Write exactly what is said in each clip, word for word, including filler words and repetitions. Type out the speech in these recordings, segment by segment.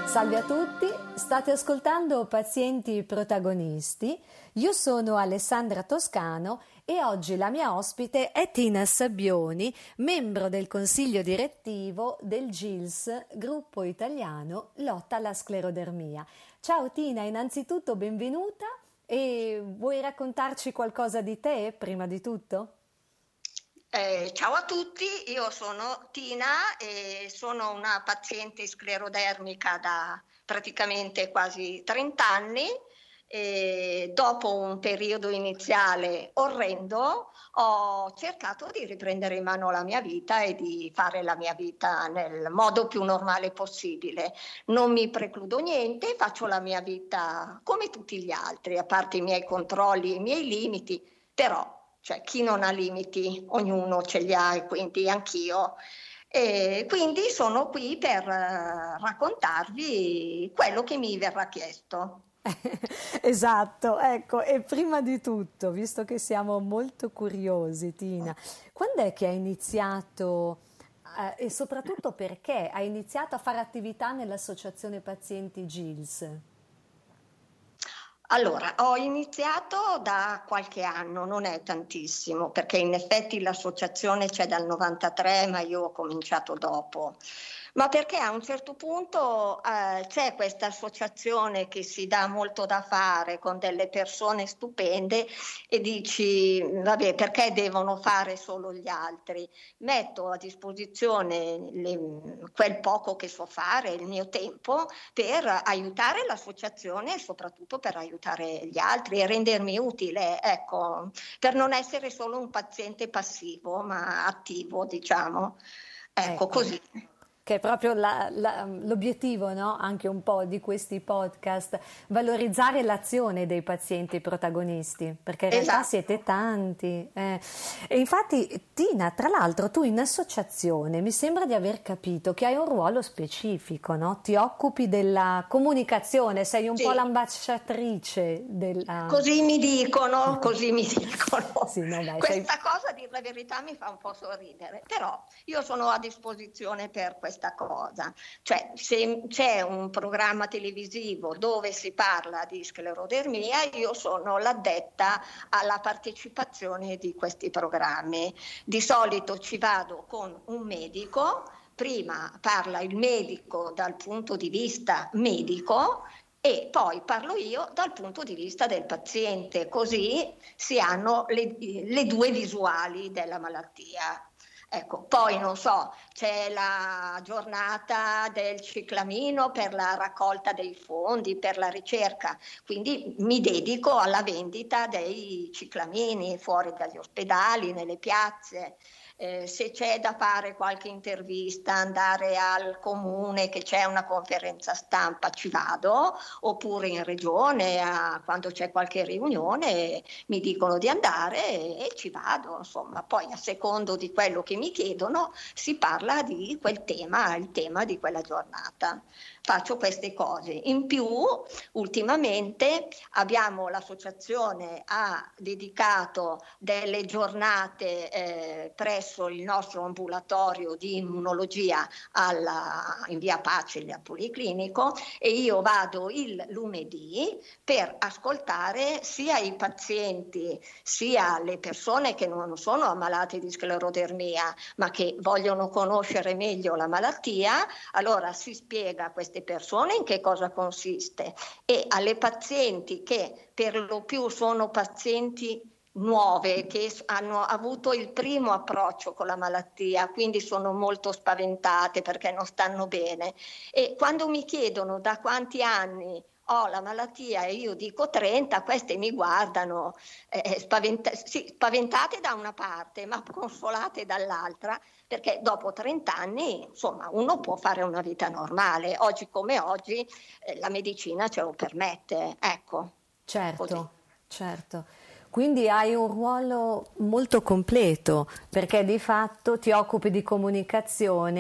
Salve a tutti, state ascoltando Pazienti Protagonisti. Io sono Alessandra Toscano e oggi la mia ospite è Tina Sabbioni, membro del consiglio direttivo del G I L S, gruppo italiano Lotta alla Sclerodermia. Ciao Tina, innanzitutto benvenuta e vuoi raccontarci qualcosa di te prima di tutto? Eh, ciao a tutti, io sono Tina e sono una paziente sclerodermica da praticamente quasi trenta anni e dopo un periodo iniziale orrendo ho cercato di riprendere in mano la mia vita e di fare la mia vita nel modo più normale possibile. Non mi precludo niente, faccio la mia vita come tutti gli altri, a parte i miei controlli e i miei limiti, però cioè chi non ha limiti, ognuno ce li ha e quindi anch'io. E quindi sono qui per uh, raccontarvi quello che mi verrà chiesto. Esatto, ecco, e prima di tutto, visto che siamo molto curiosi, Tina, quando è che hai iniziato eh, e soprattutto perché hai iniziato a fare attività nell'Associazione Pazienti G I L S? Allora, ho iniziato da qualche anno, non è tantissimo, perché in effetti l'associazione c'è dal novantatré, ma io ho cominciato dopo. Ma perché a un certo punto eh, c'è questa associazione che si dà molto da fare con delle persone stupende e dici, vabbè, perché devono fare solo gli altri? Metto a disposizione le, quel poco che so fare, il mio tempo, per aiutare l'associazione e soprattutto per aiutare gli altri e rendermi utile, ecco, per non essere solo un paziente passivo, ma attivo, diciamo. Ecco, Ecco. così. Che è proprio la, la, l'obiettivo, no? Anche un po' di questi podcast, valorizzare l'azione dei pazienti protagonisti, perché in realtà Esatto. siete tanti. Eh. E infatti, Tina, tra l'altro, tu in associazione mi sembra di aver capito che hai un ruolo specifico, no? Ti occupi della comunicazione, sei un Sì. po' l'ambasciatrice della... Così mi dicono, così mi dicono. Sì, no, dai, Questa sei... cosa, a dire la verità, mi fa un po' sorridere, però io sono a disposizione per questa cosa. Cioè, se c'è un programma televisivo dove si parla di sclerodermia, io sono l'addetta alla partecipazione di questi programmi. Di solito ci vado con un medico, prima parla il medico dal punto di vista medico e poi parlo io dal punto di vista del paziente, così si hanno le, le due visuali della malattia. Ecco, poi non so, c'è la giornata del ciclamino per la raccolta dei fondi, per la ricerca, quindi mi dedico alla vendita dei ciclamini fuori dagli ospedali, nelle piazze. Eh, se c'è da fare qualche intervista, andare al comune che c'è una conferenza stampa, ci vado, oppure in regione a, quando c'è qualche riunione mi dicono di andare e, e ci vado, insomma, poi a secondo di quello che mi chiedono si parla di quel tema, il tema di quella giornata. Faccio queste cose. In più, ultimamente abbiamo l'associazione ha dedicato delle giornate eh, presso il nostro ambulatorio di immunologia alla, in via Pace al Policlinico e io vado il lunedì per ascoltare sia i pazienti sia le persone che non sono ammalate di sclerodermia ma che vogliono conoscere meglio la malattia. Allora si spiega a queste persone in che cosa consiste e alle pazienti che per lo più sono pazienti nuove che hanno avuto il primo approccio con la malattia, quindi sono molto spaventate perché non stanno bene e quando mi chiedono da quanti anni ho la malattia e io dico trenta, queste mi guardano eh, spaventa- sì, spaventate da una parte ma consolate dall'altra perché dopo trenta anni insomma uno può fare una vita normale, oggi come oggi eh, la medicina ce lo permette, ecco. Certo, Così. certo. Quindi hai un ruolo molto completo perché di fatto ti occupi di comunicazione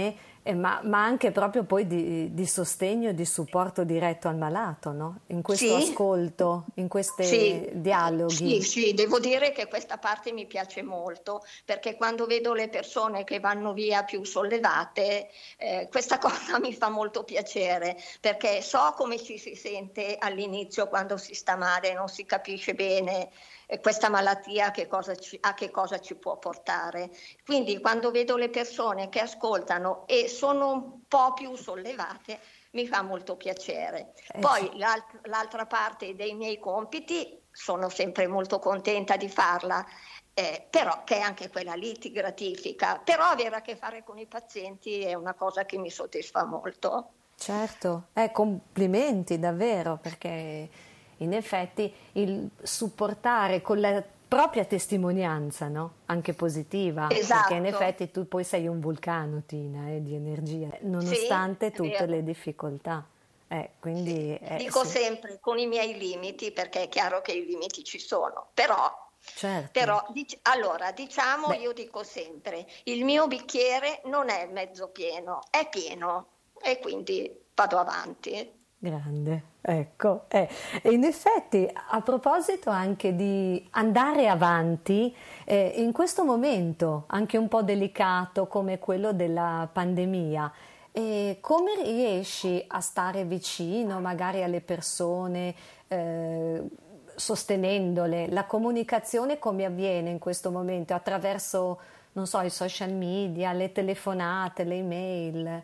Eh, ma, ma anche proprio poi di, di sostegno e di supporto diretto al malato, no? In questo Sì, ascolto, in sì, questi sì, dialoghi. sì, devo dire che questa parte mi piace molto, perché quando vedo le persone che vanno via più sollevate, eh, questa cosa mi fa molto piacere, perché so come ci si sente all'inizio quando si sta male, non si capisce bene eh, questa malattia che cosa ci, a che cosa ci può portare. Quindi quando vedo le persone che ascoltano e sono un po' più sollevate, mi fa molto piacere. Eh, c- Poi l'alt- l'altra parte dei miei compiti sono sempre molto contenta di farla, eh, però che anche quella lì ti gratifica, però avere a che fare con i pazienti è una cosa che mi soddisfa molto. certo, eh, complimenti davvero, perché in effetti il supportare con la propria testimonianza, no? Anche positiva, perché in Esatto, effetti tu poi sei un vulcano, Tina, eh, di energia, sì, nonostante è tutte le vero. difficoltà. Eh, Sì. quindi eh, Dico sì, sempre con i miei limiti, perché è chiaro che i limiti ci sono, però, certo. però dic- allora diciamo, Beh, io dico sempre, il mio bicchiere non è mezzo pieno, è pieno e quindi vado avanti. grande, ecco. Eh, e in effetti, a proposito anche di andare avanti, eh, in questo momento anche un po' delicato come quello della pandemia, eh, come riesci a stare vicino magari alle persone, eh, sostenendole? La comunicazione come avviene in questo momento? Attraverso, non so, i social media, le telefonate, le email?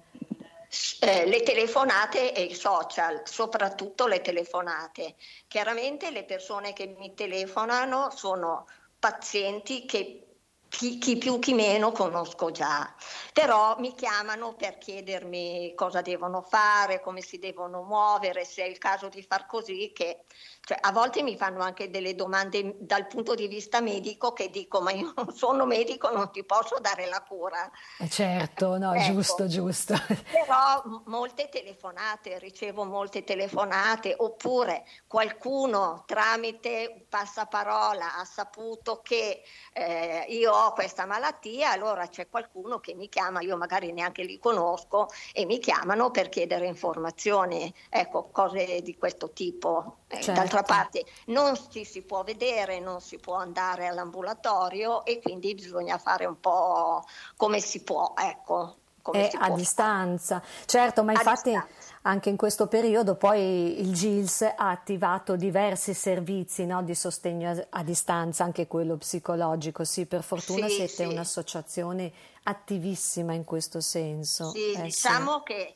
Eh, le telefonate e i social, soprattutto le telefonate. Chiaramente le persone che mi telefonano sono pazienti che chi, chi più chi meno conosco già, però mi chiamano per chiedermi cosa devono fare, come si devono muovere, se è il caso di far così, che cioè, a volte mi fanno anche delle domande dal punto di vista medico che dico, ma io non sono medico, non ti posso dare la cura. Eh, certo, no, giusto, Ecco, giusto. però m- molte telefonate, ricevo molte telefonate, oppure qualcuno tramite passaparola ha saputo che eh, io ho questa malattia, allora c'è qualcuno che mi chiama, io magari neanche li conosco, e mi chiamano per chiedere informazioni, ecco, cose di questo tipo. Eh, d'altra Certo. parte non ci si può vedere, non si può andare all'ambulatorio e quindi bisogna fare un po' come si può, ecco, come È si a può fare distanza, certo, ma a infatti distanza. anche in questo periodo poi il G I L S ha attivato diversi servizi, no, di sostegno a, a distanza, anche quello psicologico. Sì, per fortuna Sì, siete sì. un'associazione attivissima in questo senso. Sì, Eh sì, diciamo che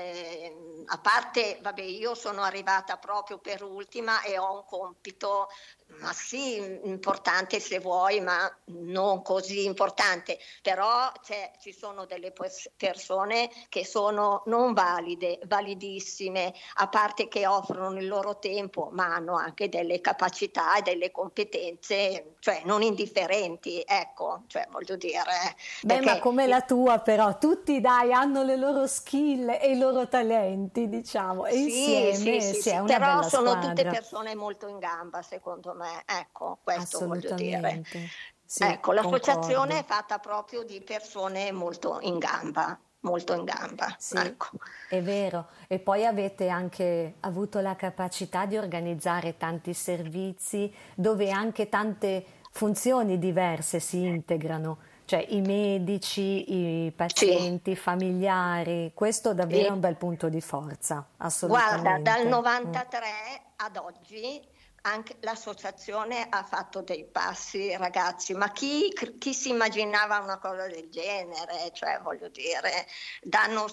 eh, a parte, vabbè, io sono arrivata proprio per ultima e ho un compito, ma sì, importante se vuoi, ma non così importante. Però c'è- ci sono delle pers- persone che sono non valide, validissime, a parte che offrono il loro tempo, ma hanno anche delle capacità e delle competenze, cioè non indifferenti, ecco, cioè voglio dire, beh, ma perché come la tua però, tutti dai hanno le loro skill e i loro talenti, diciamo, e sì, sì, insieme sì, si è sì, una però bella sono tutte squadra. persone molto in gamba, secondo me. Ecco, questo voglio dire. Assolutamente, sì, Ecco, l'associazione è concordo. fatta proprio di persone molto in gamba, molto in gamba. Sì, Ecco. è vero. E poi avete anche avuto la capacità di organizzare tanti servizi dove anche tante funzioni diverse si integrano, cioè i medici, i Sì, pazienti, i familiari. Questo davvero è sì. un bel punto di forza, Guarda, dal assolutamente. Mm. novantatré ad oggi anche l'associazione ha fatto dei passi, ragazzi, ma chi, chi si immaginava una cosa del genere? Cioè, voglio dire, danno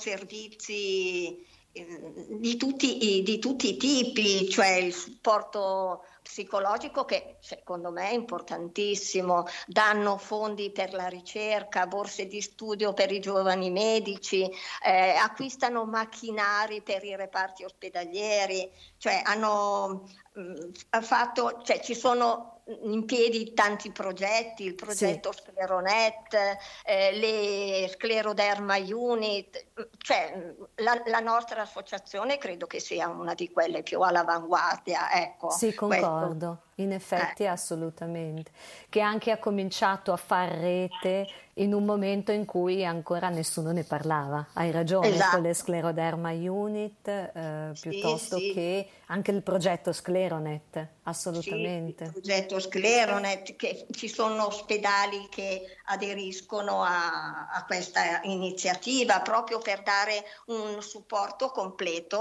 servizi eh, di tutti, i, di tutti i tipi, cioè il supporto psicologico che secondo me è importantissimo, danno fondi per la ricerca, borse di studio per i giovani medici, eh, acquistano macchinari per i reparti ospedalieri, cioè hanno mh, fatto, cioè ci sono in piedi tanti progetti, il progetto Sì. Scleronet, eh, le Scleroderma Unit, cioè la, la nostra associazione credo che sia una di quelle più all'avanguardia, ecco, Sì, questo. concordo, in eh. effetti assolutamente, che anche ha cominciato a far rete in un momento in cui ancora nessuno ne parlava. Hai ragione, con le Esatto, Scleroderma Unit, eh, sì, piuttosto sì. che anche il progetto Scleronet, Sì, il assolutamente. progetto Scleronet, che ci sono ospedali che aderiscono a, a questa iniziativa proprio per dare un supporto completo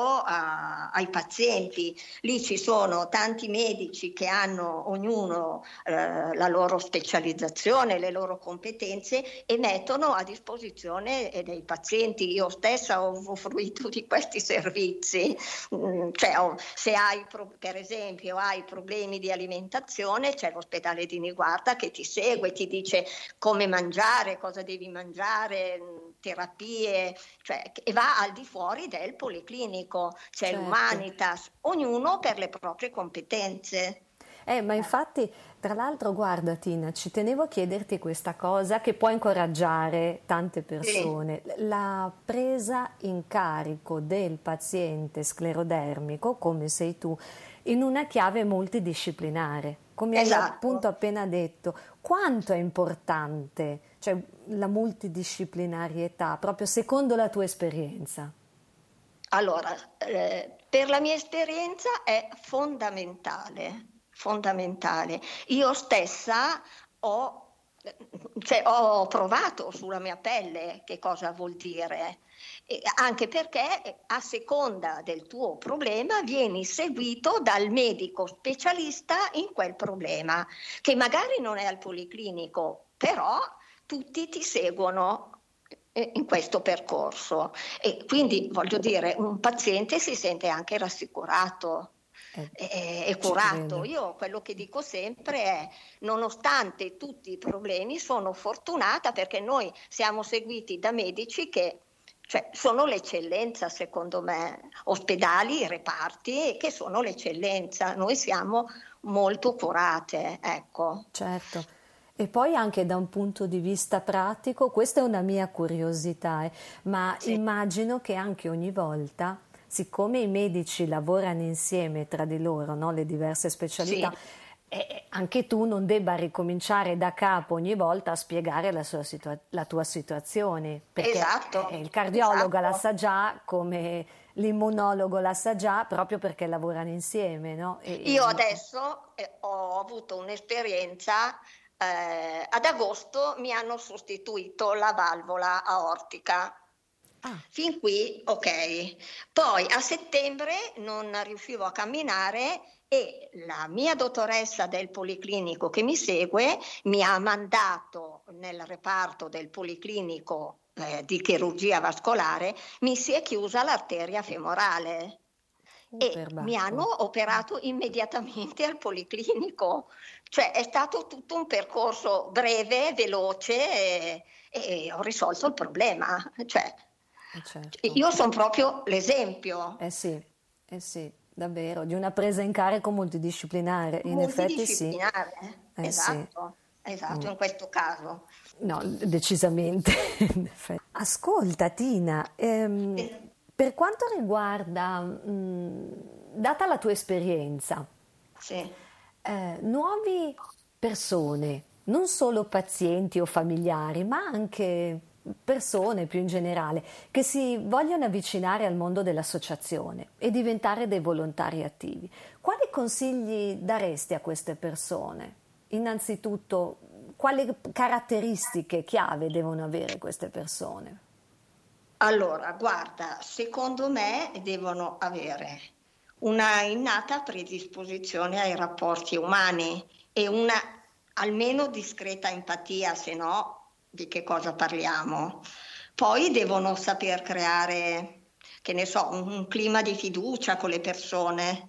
a- ai pazienti. Lì ci sono tanti medici che hanno ognuno eh, la loro specializzazione, le loro competenze e mettono a disposizione eh, dei pazienti. Io stessa ho fruito di questi servizi. Mm, cioè, oh, se hai pro- per esempio hai problemi di alimentazione, c'è l'ospedale di Niguarda che ti segue, ti dice come mangiare, cosa devi mangiare, mm, terapie, cioè, e va al di fuori del policlinico, c'è Certo. l'Humanitas, ognuno per le proprie competenze. Eh, ma infatti, tra l'altro, guarda Tina, ci tenevo a chiederti questa cosa che può incoraggiare tante Sì, persone, la presa in carico del paziente sclerodermico, come sei tu, in una chiave multidisciplinare. Come hai appunto esatto. appena detto, quanto è importante, cioè, la multidisciplinarietà, proprio secondo la tua esperienza? Allora, eh, per la mia esperienza è fondamentale, fondamentale. Io stessa ho, cioè, ho provato sulla mia pelle che cosa vuol dire, e anche perché a seconda del tuo problema vieni seguito dal medico specialista in quel problema, che magari non è al policlinico, però tutti ti seguono eh, in questo percorso. E quindi voglio dire, un paziente si sente anche rassicurato Eh, e, e ci curato. credo. Io quello che dico sempre è, nonostante tutti i problemi, sono fortunata perché noi siamo seguiti da medici che cioè, sono l'eccellenza, secondo me, ospedali, reparti che sono l'eccellenza. Noi siamo molto curate, ecco. Certo. E poi anche da un punto di vista pratico, questa è una mia curiosità, eh, ma Sì, immagino che anche ogni volta, siccome i medici lavorano insieme tra di loro, no, le diverse sì, specialità, eh, anche tu non debba ricominciare da capo ogni volta a spiegare la, sua situa- la tua situazione, perché eh, esatto, il cardiologo la esatto. sa già come l'immunologo la sa già, proprio perché lavorano insieme, no? E- Io e- adesso eh, ho avuto un'esperienza, eh, ad agosto mi hanno sostituito la valvola aortica. ah, Fin qui ok. Poi a settembre non riuscivo a camminare e la mia dottoressa del policlinico che mi segue mi ha mandato nel reparto del policlinico eh, di chirurgia vascolare, mi si è chiusa l'arteria femorale uh, e mi perbacco. hanno operato immediatamente al policlinico. Cioè è stato tutto un percorso breve, veloce e, e ho risolto il problema. Cioè, Eh certo, io sono proprio l'esempio eh sì, eh sì, davvero, di una presa in carico multidisciplinare, in effetti sì, multidisciplinare, eh sì. esatto, esatto, Mm. in questo caso. No, decisamente. in effetti. Ascolta Tina, ehm, Sì, per quanto riguarda, mm, data la tua esperienza, sì. eh, nuove persone, non solo pazienti o familiari, ma anche persone più in generale, che si vogliono avvicinare al mondo dell'associazione e diventare dei volontari attivi. Quali consigli daresti a queste persone? Innanzitutto, quali caratteristiche chiave devono avere queste persone? Allora, guarda, secondo me devono avere una innata predisposizione ai rapporti umani e una almeno discreta empatia, se no di che cosa parliamo? Poi devono saper creare, che ne so, un, un clima di fiducia con le persone.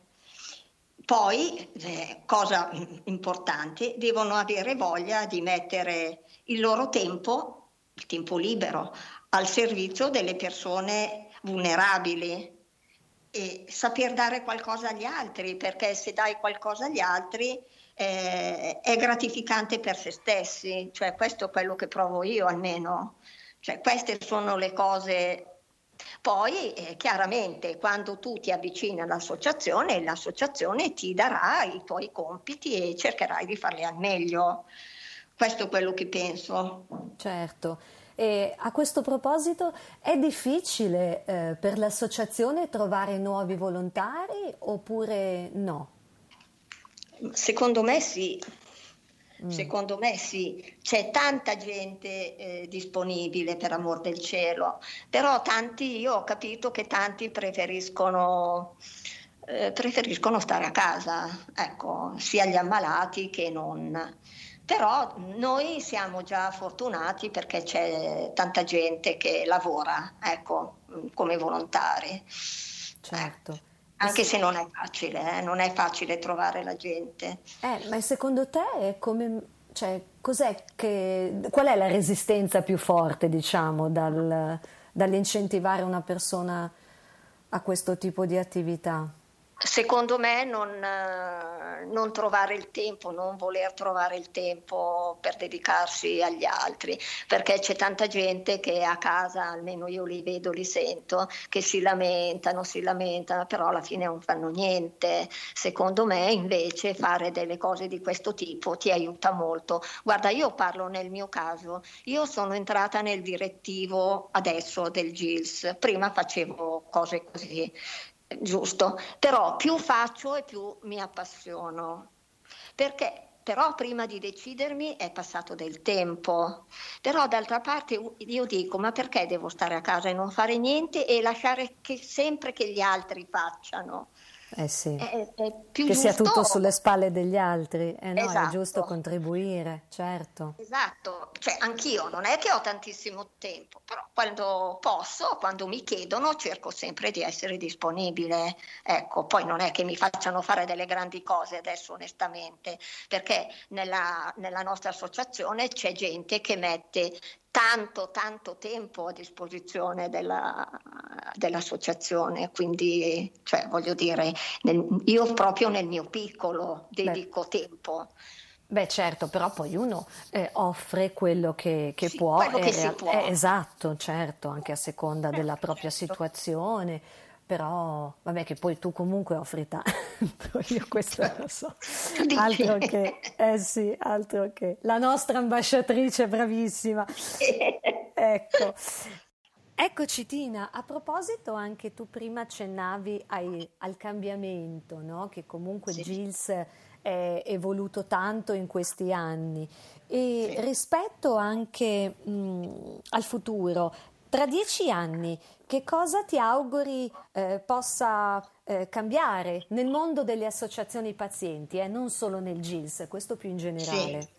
Poi, eh, cosa importante, devono avere voglia di mettere il loro tempo, il tempo libero, al servizio delle persone vulnerabili e saper dare qualcosa agli altri, perché se dai qualcosa agli altri è, è gratificante per se stessi, cioè questo è quello che provo io almeno, cioè queste sono le cose. Poi eh, chiaramente quando tu ti avvicini all'associazione, l'associazione ti darà i tuoi compiti e cercherai di farli al meglio. Questo è quello che penso. Certo. E a questo proposito è difficile eh, per l'associazione trovare nuovi volontari oppure no? Secondo me sì. Mm. Secondo me sì, c'è tanta gente eh, disponibile, per amor del cielo, però tanti, io ho capito che tanti preferiscono, eh, preferiscono stare a casa, ecco, sia gli ammalati che non. Però noi siamo già fortunati perché c'è tanta gente che lavora, ecco, come volontari. Certo. Eh, Eh Anche sì. se non è facile, eh, non è facile trovare la gente. Eh, ma secondo te è come, cioè, cos'è che, qual è la resistenza più forte, diciamo, dal, dall'incentivare una persona a questo tipo di attività? Secondo me non, eh, non trovare il tempo, non voler trovare il tempo per dedicarsi agli altri, perché c'è tanta gente che a casa, almeno io li vedo, li sento, che si lamentano, si lamentano, però alla fine non fanno niente. Secondo me invece fare delle cose di questo tipo ti aiuta molto. Guarda, io parlo nel mio caso, io sono entrata nel direttivo adesso del G I L S, prima facevo cose così. Giusto, però più faccio e più mi appassiono, perché però prima di decidermi è passato del tempo, però d'altra parte io dico ma perché devo stare a casa e non fare niente e lasciare che sempre che gli altri facciano? Eh sì, È, è più che sia giusto. tutto sulle spalle degli altri. Eh no, è giusto Esatto. contribuire, certo. Esatto, cioè anch'io non è che ho tantissimo tempo, però quando posso, quando mi chiedono, cerco sempre di essere disponibile. Ecco, poi non è che mi facciano fare delle grandi cose adesso onestamente, perché nella, nella nostra associazione c'è gente che mette tanto, tanto tempo a disposizione della, dell'associazione, quindi cioè, voglio dire, nel, io proprio nel mio piccolo Beh, dedico tempo. beh, certo, però poi uno eh, offre quello che, che Sì, può, quello e che in si real- può. è esatto, certo, anche a seconda della Certo, propria certo. situazione, però vabbè che poi tu comunque offri tanto, io questo lo so, Tu dici? altro che, eh sì, altro che, la nostra ambasciatrice bravissima, ecco. Eccoci Tina, a proposito anche tu prima accennavi ai- al cambiamento, no? Che comunque il Sì, G I L S è evoluto tanto in questi anni e sì. rispetto anche mh, al futuro, tra dieci anni, che cosa ti auguri eh, possa eh, cambiare nel mondo delle associazioni pazienti, eh? Non solo nel G I L S, questo più in Sì. generale.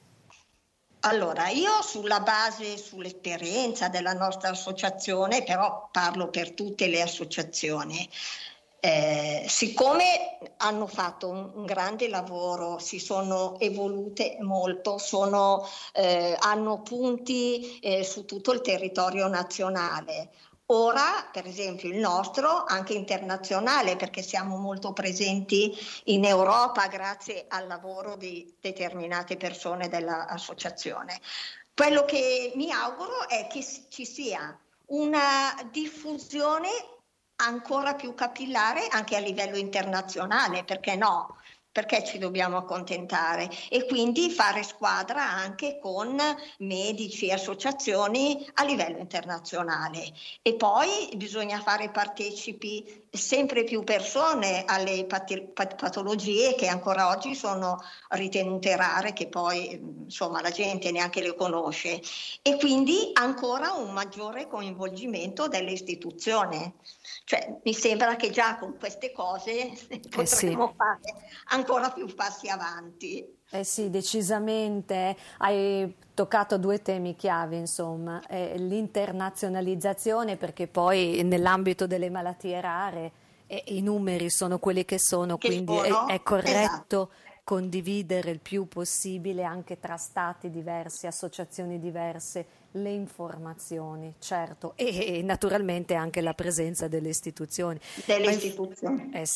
Allora, io sulla base, sull'esperienza della nostra associazione, però parlo per tutte le associazioni, eh, siccome hanno fatto un, un grande lavoro, si sono evolute molto, sono, eh, hanno punti eh, su tutto il territorio nazionale. Ora, per esempio, il nostro anche internazionale, perché siamo molto presenti in Europa grazie al lavoro di determinate persone dell'associazione. Quello che mi auguro è che ci sia una diffusione ancora più capillare anche a livello internazionale, perché no? Perché ci dobbiamo accontentare e quindi fare squadra anche con medici e associazioni a livello internazionale. E poi bisogna fare partecipi sempre più persone alle pat- pat- patologie che ancora oggi sono ritenute rare, che poi insomma la gente neanche le conosce, e quindi ancora un maggiore coinvolgimento delle istituzioni. Cioè, mi sembra che già con queste cose Eh sì. potremmo fare ancora più passi avanti. Eh sì, decisamente. Hai toccato due temi chiave, insomma, eh, l'internazionalizzazione, perché poi nell'ambito delle malattie rare eh, i numeri sono quelli che sono, Che quindi è, è sono? Esatto. corretto condividere il più possibile anche tra stati diversi, associazioni diverse, le informazioni, certo, e, e naturalmente anche la presenza delle istituzioni. Delle Ma inf- istituzioni. eh sì.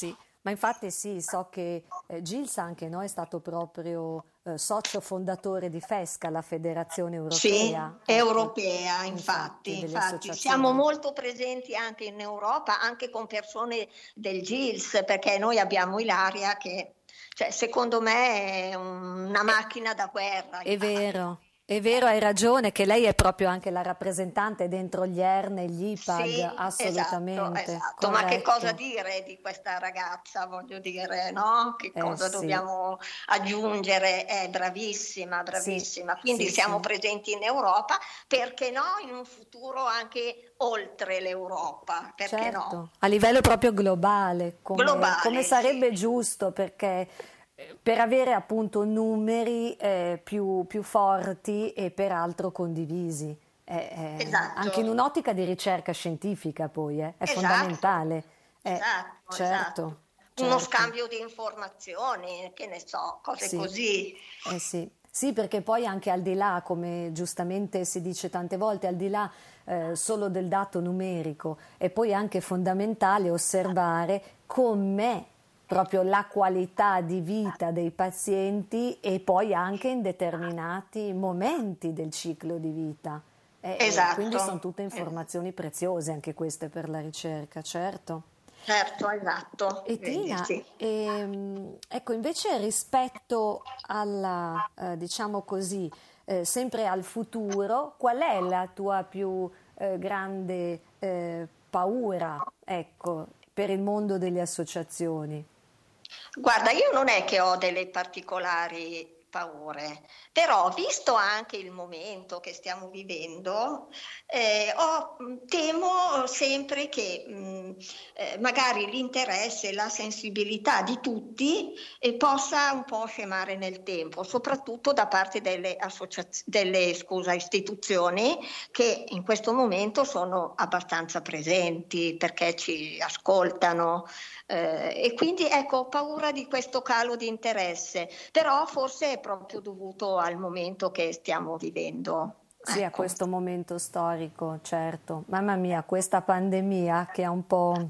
Ma infatti sì, so che eh, Gilles anche no, è stato proprio eh, socio fondatore di FESCA, la Federazione Sì, Europea, ecco, europea, infatti, infatti, delle infatti siamo associazioni. molto presenti anche in Europa, anche con persone del GILS, perché noi abbiamo Ilaria che, cioè, secondo me è una È, macchina da guerra, è Ilaria. vero, è vero, Eh, hai ragione che lei è proprio anche la rappresentante dentro gli E R N e gli I P A G, Sì, esatto, assolutamente, esatto, ma che cosa corretto. dire di questa ragazza, voglio dire, no? Che Eh cosa sì, dobbiamo aggiungere? È bravissima, sì, bravissima, quindi sì, siamo sì. presenti in Europa, perché no? In un futuro anche oltre l'Europa, perché no? Certo, a livello proprio globale, come, come Globale, sì, sarebbe giusto, perché eh, per avere appunto numeri eh, più, più forti e peraltro condivisi. Eh, eh, anche in esatto, un'ottica di ricerca scientifica poi eh, è esatto, fondamentale. Eh, esatto, esatto. certo, Uno certo. scambio di informazioni, che ne so, cose Sì, così. eh sì. Sì, perché poi anche al di là, come giustamente si dice tante volte, al di là eh, solo del dato numerico, è poi anche fondamentale osservare com'è proprio la qualità di vita dei pazienti e poi anche in determinati momenti del ciclo di vita. E, e quindi sono Esatto. tutte informazioni preziose anche queste per la ricerca, certo. Certo, esatto, E vedi, Tina, sì. ehm, ecco, invece rispetto alla, eh, diciamo così, eh, sempre al futuro, qual è la tua più eh, grande eh, paura, ecco, per il mondo delle associazioni? Guarda, io non è che ho delle particolari paure, però visto anche il momento che stiamo vivendo, eh, ho- temo sempre che mh, eh, magari l'interesse e la sensibilità di tutti eh, possa un po' scemare nel tempo, soprattutto da parte delle, associaz- delle scusa, istituzioni che in questo momento sono abbastanza presenti perché ci ascoltano. Eh, e quindi ecco, ho paura di questo calo di interesse, però forse è proprio dovuto al momento che stiamo vivendo. Sì, a Ecco. questo momento storico, certo. Mamma mia, questa pandemia che ha un po',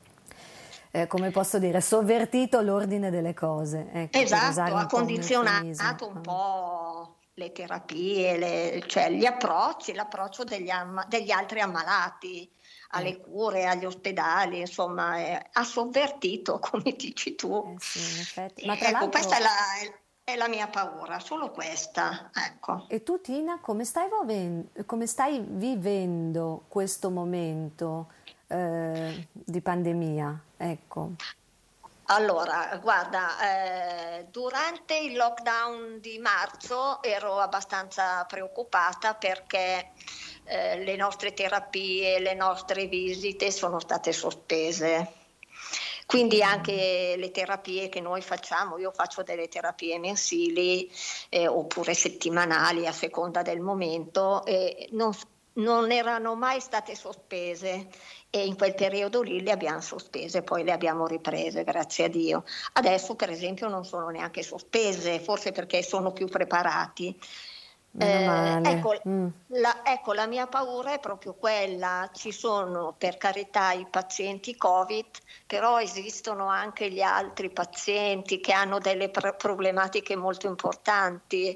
eh, come posso dire, sovvertito l'ordine delle cose, ecco, per usare Esatto, ha un po' un eufemismo. condizionato un Ah, po' le terapie, le- cioè gli approcci, l'approccio degli, amma- degli altri ammalati eh. alle cure, agli ospedali, insomma, eh, ha sovvertito, come dici tu. Eh sì, in effetti. Ma E tra ecco, questa è l'altro, la, è la mia paura, solo questa, ecco. e tu Tina, come stai, voven- come stai vivendo questo momento eh, di pandemia? Ecco. Allora, guarda, eh, durante il lockdown di marzo ero abbastanza preoccupata perché eh, le nostre terapie, le nostre visite sono state sospese. Quindi Mm. anche le terapie che noi facciamo, io faccio delle terapie mensili eh, oppure settimanali a seconda del momento, e non, non erano mai state sospese e in quel periodo lì le abbiamo sospese, poi le abbiamo riprese, grazie a Dio. Adesso per esempio non sono neanche sospese, forse perché sono più preparati. Meno Eh, male. ecco, Mm. la, ecco, la mia paura è proprio quella, ci sono per carità i pazienti Covid, però esistono anche gli altri pazienti che hanno delle pr- problematiche molto importanti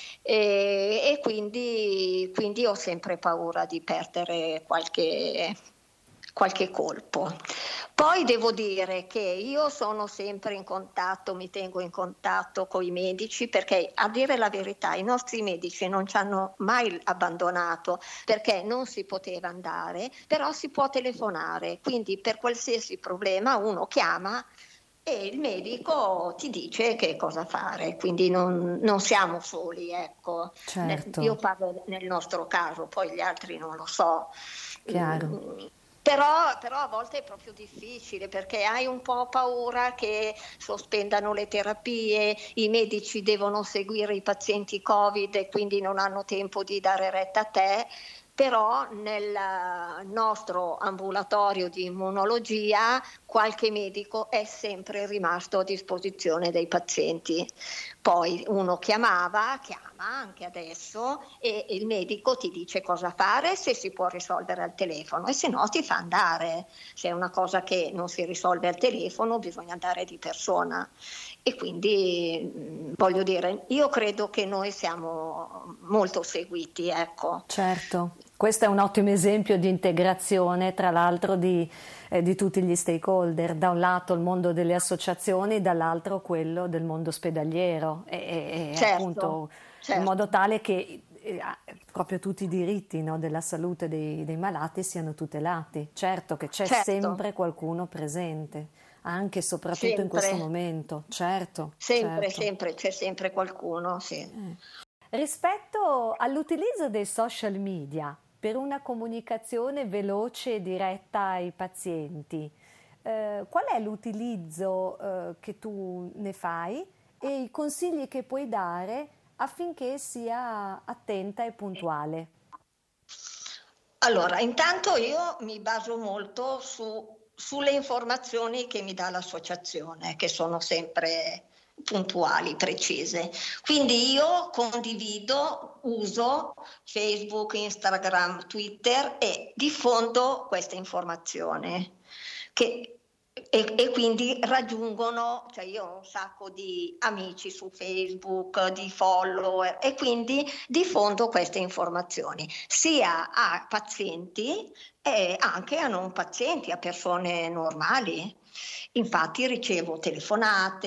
e, e quindi, quindi ho sempre paura di perdere qualche, qualche colpo. Poi devo dire che io sono sempre in contatto, mi tengo in contatto con i medici perché a dire la verità i nostri medici non ci hanno mai abbandonato perché non si poteva andare, però si può telefonare, quindi per qualsiasi problema uno chiama e il medico ti dice che cosa fare, quindi non, non siamo soli, ecco. Ne- Certo, Io parlo nel nostro caso, poi gli altri non lo so. chiaro. Mm, Però, però a volte è proprio difficile perché hai un po' paura che sospendano le terapie, i medici devono seguire i pazienti Covid e quindi non hanno tempo di dare retta a te, però nel nostro ambulatorio di immunologia qualche medico è sempre rimasto a disposizione dei pazienti. Poi uno chiamava, chiama chiama anche adesso e il medico ti dice cosa fare, se si può risolvere al telefono e se no ti fa andare. Se è una cosa che non si risolve al telefono bisogna andare di persona. E quindi voglio dire, io credo che noi siamo molto seguiti, ecco. Certo, questo è un ottimo esempio di integrazione, tra l'altro, di, eh, di tutti gli stakeholder, da un lato il mondo delle associazioni, dall'altro quello del mondo ospedaliero, e, e, e Certo, appunto certo. in modo tale che eh, proprio tutti i diritti, no, della salute dei, dei malati siano tutelati. Certo che c'è Certo. sempre qualcuno presente, anche e soprattutto Sempre. in questo momento, certo. Sempre, certo. sempre, c'è sempre qualcuno, sì. Eh. Rispetto all'utilizzo dei social media per una comunicazione veloce e diretta ai pazienti, eh, qual è l'utilizzo eh, che tu ne fai e i consigli che puoi dare affinché sia attenta e puntuale? Allora, intanto io mi baso molto su, sulle informazioni che mi dà l'associazione, che sono sempre puntuali, precise. Quindi io condivido, uso Facebook, Instagram, Twitter e diffondo questa informazione che e, e quindi raggiungono, cioè io ho un sacco di amici su Facebook, di follower e quindi diffondo queste informazioni sia a pazienti e anche a non pazienti, a persone normali. Infatti ricevo telefonate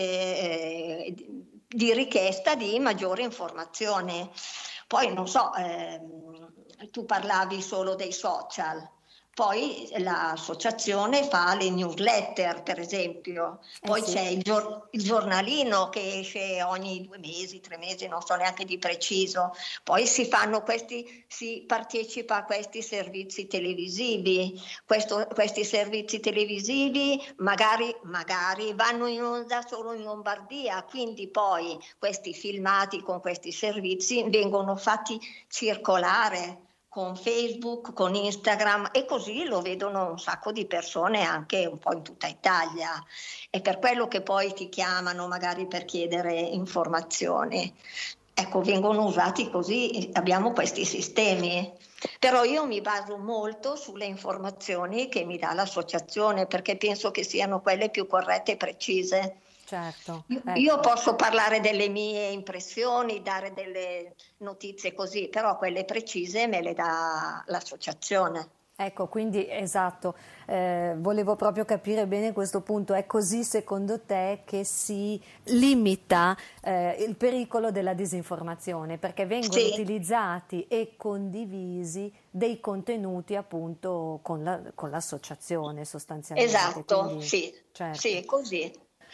eh, di richiesta di maggiore informazione. Poi non so, ehm, tu parlavi solo dei social. Poi l'associazione fa le newsletter, per esempio, poi Eh sì. c'è il, gior- il giornalino che esce ogni due mesi, tre mesi, non so neanche di preciso. Poi si fanno questi, si partecipa a questi servizi televisivi. Questo, questi servizi televisivi magari, magari vanno in onda solo in Lombardia, quindi poi questi filmati con questi servizi vengono fatti circolare con Facebook, con Instagram e così lo vedono un sacco di persone anche un po' in tutta Italia. È per quello che poi ti chiamano magari per chiedere informazioni. Ecco, vengono usati così, abbiamo questi sistemi. Però io mi baso molto sulle informazioni che mi dà l'associazione perché penso che siano quelle più corrette e precise. Certo, Io, io ecco. posso parlare delle mie impressioni, dare delle notizie così, però quelle precise me le dà l'associazione. Ecco, quindi esatto, eh, volevo proprio capire bene questo punto. È così secondo te che si limita eh, il pericolo della disinformazione, perché vengono Sì, utilizzati e condivisi dei contenuti appunto con la- con l'associazione sostanzialmente. esatto, Quindi, sì, certo, sì, così.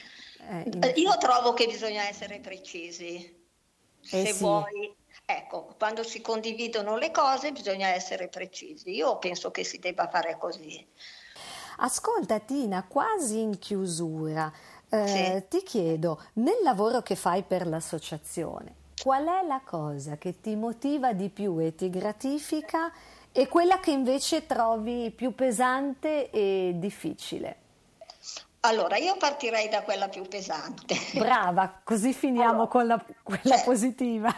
eh, in Eh, Io effetti. trovo che bisogna essere precisi. Eh Se sì. vuoi, ecco, quando si condividono le cose bisogna essere precisi. Io penso che si debba fare così. Ascolta Tina, quasi in chiusura, Sì. eh, ti chiedo, nel lavoro che fai per l'associazione, qual è la cosa che ti motiva di più e ti gratifica e quella che invece trovi più pesante e difficile? Allora, io partirei da quella più pesante. Brava, così finiamo Allora, con la, quella cioè, positiva.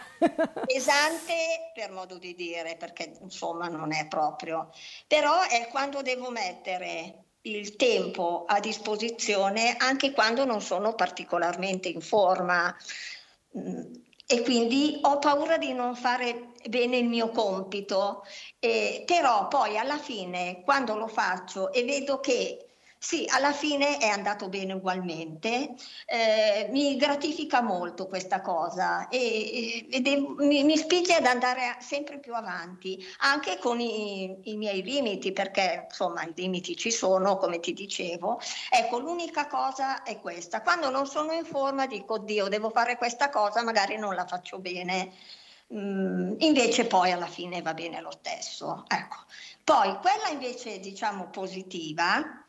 pesante per modo di dire, perché insomma non è proprio, però è quando devo mettere il tempo a disposizione anche quando non sono particolarmente in forma. Mm, E quindi ho paura di non fare bene il mio compito, eh, però poi alla fine, quando lo faccio e vedo che sì, alla fine è andato bene ugualmente, eh, mi gratifica molto questa cosa e, e devo- mi, mi spinge ad andare a- sempre più avanti, anche con i, i miei limiti, perché insomma i limiti ci sono, come ti dicevo. Ecco, l'unica cosa è questa. Quando non sono in forma dico, Dio, devo fare questa cosa, magari non la faccio bene. Mm, invece poi alla fine va bene lo stesso. Ecco. Poi quella invece diciamo positiva,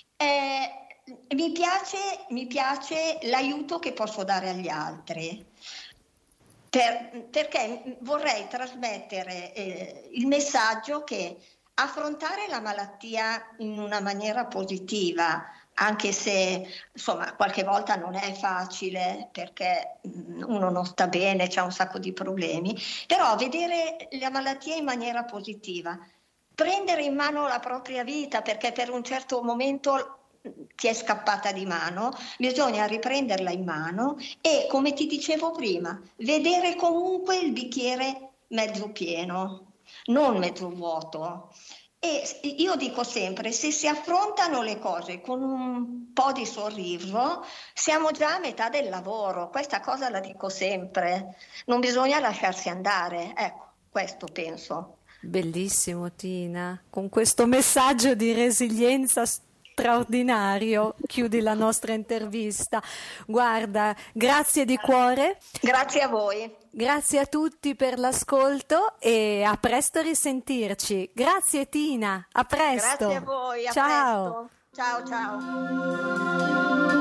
eh, mi piace, mi piace l'aiuto che posso dare agli altri. Per- perché vorrei trasmettere eh, il messaggio che affrontare la malattia in una maniera positiva, anche se insomma qualche volta non è facile perché uno non sta bene, c'ha un sacco di problemi, però vedere la malattia in maniera positiva, prendere in mano la propria vita, perché per un certo momento ti è scappata di mano, bisogna riprenderla in mano e, come ti dicevo prima, vedere comunque il bicchiere mezzo pieno, non mezzo vuoto. E io dico sempre, se si affrontano le cose con un po' di sorriso, siamo già a metà del lavoro. Questa cosa la dico sempre, non bisogna lasciarsi andare. Ecco, questo penso. Bellissimo, Tina, con questo messaggio di resilienza straordinario chiudi la nostra intervista. Guarda, grazie di cuore. Grazie a voi. Grazie a tutti per l'ascolto e a presto risentirci. Grazie Tina, a presto. Grazie a voi, a ciao. presto. Ciao, ciao.